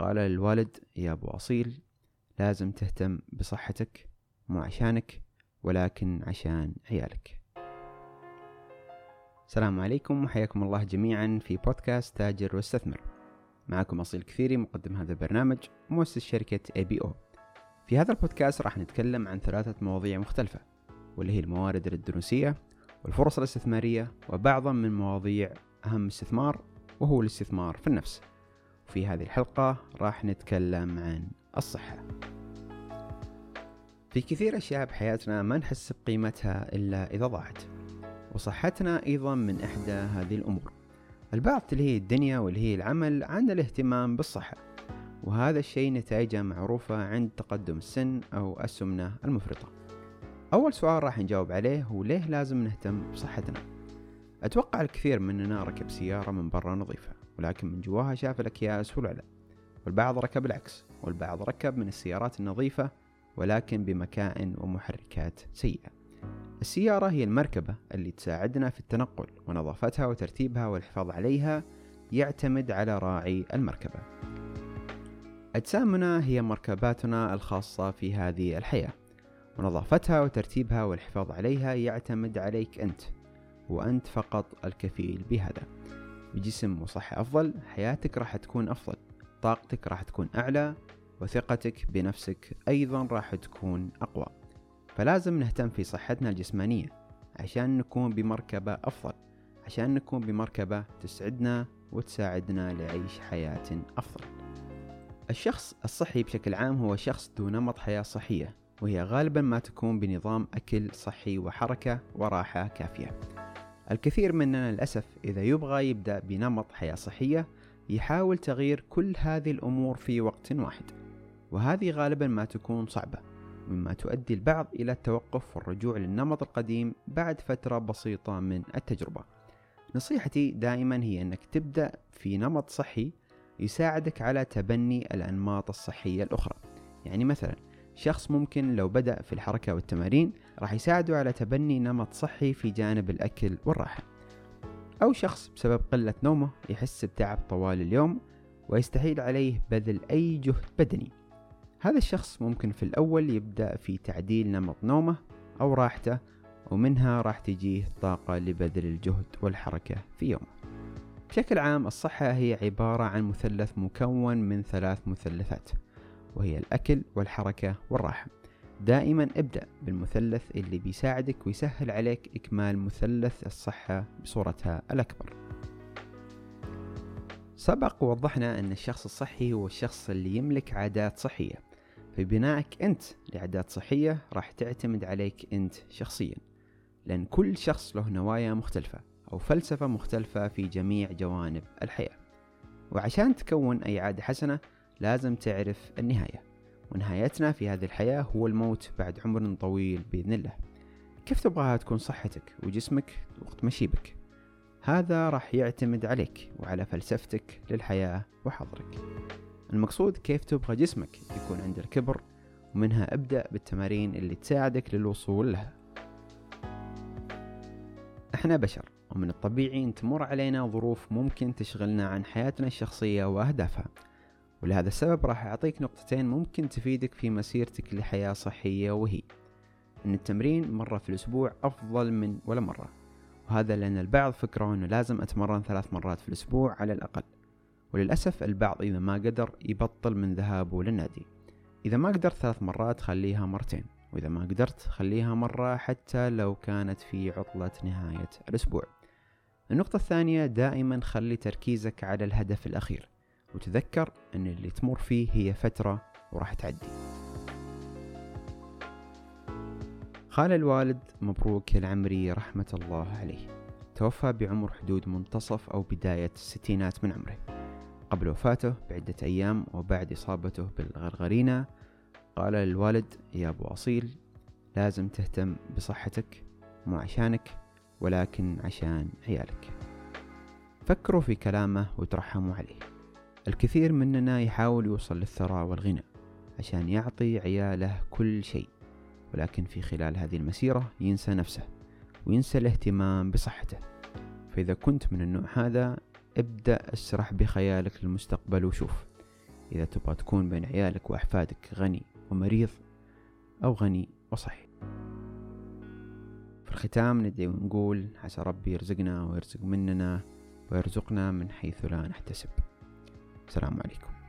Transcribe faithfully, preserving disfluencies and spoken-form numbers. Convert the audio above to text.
قال للوالد: يا أبو أصيل، لازم تهتم بصحتك، مو عشانك ولكن عشان عيالك. السلام عليكم وحياكم الله جميعا في بودكاست تاجر واستثمر. معكم أصيل كثيري، مقدم هذا البرنامج، مؤسس شركة إيه بي أو. في هذا البودكاست راح نتكلم عن ثلاثة مواضيع مختلفة، واللي هي الموارد الدروسية والفرص الاستثمارية وبعضا من مواضيع أهم الاستثمار، وهو الاستثمار في النفس. في هذه الحلقة راح نتكلم عن الصحة. في كثير أشياء بحياتنا ما نحس بقيمتها إلا إذا ضاعت، وصحتنا أيضا من إحدى هذه الأمور. البعض اللي هي الدنيا واللي هي العمل عن الاهتمام بالصحة، وهذا الشيء نتائجه معروفة عند تقدم السن أو السمنة المفرطة. أول سؤال راح نجاوب عليه هو: ليه لازم نهتم بصحتنا؟ أتوقع الكثير مننا ركب سيارة من برا نظيفة، ولكن من جواها شاف الأكياس والعلب، والبعض ركب العكس، والبعض ركب من السيارات النظيفة ولكن بمكائن ومحركات سيئة. السيارة هي المركبة اللي تساعدنا في التنقل، ونظافتها وترتيبها والحفاظ عليها يعتمد على راعي المركبة. أجسامنا هي مركباتنا الخاصة في هذه الحياة، ونظافتها وترتيبها والحفاظ عليها يعتمد عليك أنت، وأنت فقط الكفيل بهذا. بجسم وصحة أفضل، حياتك راح تكون أفضل، طاقتك راح تكون أعلى، وثقتك بنفسك أيضا راح تكون أقوى. فلازم نهتم في صحتنا الجسمانية عشان نكون بمركبة أفضل، عشان نكون بمركبة تسعدنا وتساعدنا لعيش حياة أفضل. الشخص الصحي بشكل عام هو شخص ذو نمط حياة صحية، وهي غالبا ما تكون بنظام أكل صحي وحركة وراحة كافية. الكثير مننا للأسف إذا يبغى يبدأ بنمط حياة صحية يحاول تغيير كل هذه الأمور في وقت واحد، وهذه غالبا ما تكون صعبة، مما تؤدي البعض إلى التوقف والرجوع للنمط القديم بعد فترة بسيطة من التجربة. نصيحتي دائما هي أنك تبدأ في نمط صحي يساعدك على تبني الأنماط الصحية الأخرى. يعني مثلا شخص ممكن لو بدأ في الحركة والتمارين راح يساعده على تبني نمط صحي في جانب الأكل والراحة. أو شخص بسبب قلة نومه يحس بتعب طوال اليوم ويستحيل عليه بذل أي جهد بدني. هذا الشخص ممكن في الأول يبدأ في تعديل نمط نومه أو راحته، ومنها راح تجيه طاقة لبذل الجهد والحركة في يومه. بشكل عام الصحة هي عبارة عن مثلث مكون من ثلاث مثلثات، وهي الأكل والحركة والراحة. دائما ابدأ بالمثلث اللي بيساعدك ويسهل عليك إكمال مثلث الصحة بصورتها الأكبر. سبق ووضحنا أن الشخص الصحي هو الشخص اللي يملك عادات صحية، فبنائك أنت لعادات صحية راح تعتمد عليك أنت شخصيا، لأن كل شخص له نوايا مختلفة أو فلسفة مختلفة في جميع جوانب الحياة. وعشان تكون أي عادة حسنة لازم تعرف النهاية، ونهايتنا في هذه الحياة هو الموت بعد عمر طويل بإذن الله. كيف تبغاها تكون صحتك وجسمك وقت مشيبك؟ هذا راح يعتمد عليك وعلى فلسفتك للحياة وحظرك. المقصود كيف تبغى جسمك يكون عند الكبر، ومنها ابدأ بالتمارين اللي تساعدك للوصول لها. احنا بشر، ومن الطبيعي ان تمر علينا ظروف ممكن تشغلنا عن حياتنا الشخصية وأهدافها، ولهذا السبب راح أعطيك نقطتين ممكن تفيدك في مسيرتك لحياة صحية، وهي أن التمرين مرة في الأسبوع أفضل من ولا مرة، وهذا لأن البعض فكروا أنه لازم أتمرن ثلاث مرات في الأسبوع على الأقل، وللأسف البعض إذا ما قدر يبطل من ذهابه للنادي. إذا ما قدرت ثلاث مرات خليها مرتين، وإذا ما قدرت خليها مرة حتى لو كانت في عطلة نهاية الأسبوع. النقطة الثانية، دائما خلي تركيزك على الهدف الأخير، وتذكر أن اللي تمر فيه هي فترة وراح تعدي. قال الوالد مبروك العمري رحمة الله عليه، توفى بعمر حدود منتصف أو بداية الستينات من عمره. قبل وفاته بعدة أيام وبعد إصابته بالغرغرينة قال للوالد: يا أبو أصيل، لازم تهتم بصحتك، مو عشانك ولكن عشان عيالك. فكروا في كلامه وترحموا عليه. الكثير مننا يحاول يوصل للثراء والغنى عشان يعطي عياله كل شيء، ولكن في خلال هذه المسيرة ينسى نفسه وينسى الاهتمام بصحته. فإذا كنت من النوع هذا ابدأ اسرح بخيالك للمستقبل وشوف إذا تبغى تكون بين عيالك وأحفادك غني ومريض أو غني وصحي. في الختام ندعي ونقول عسى ربي يرزقنا ويرزق مننا ويرزقنا من حيث لا نحتسب. السلام عليكم.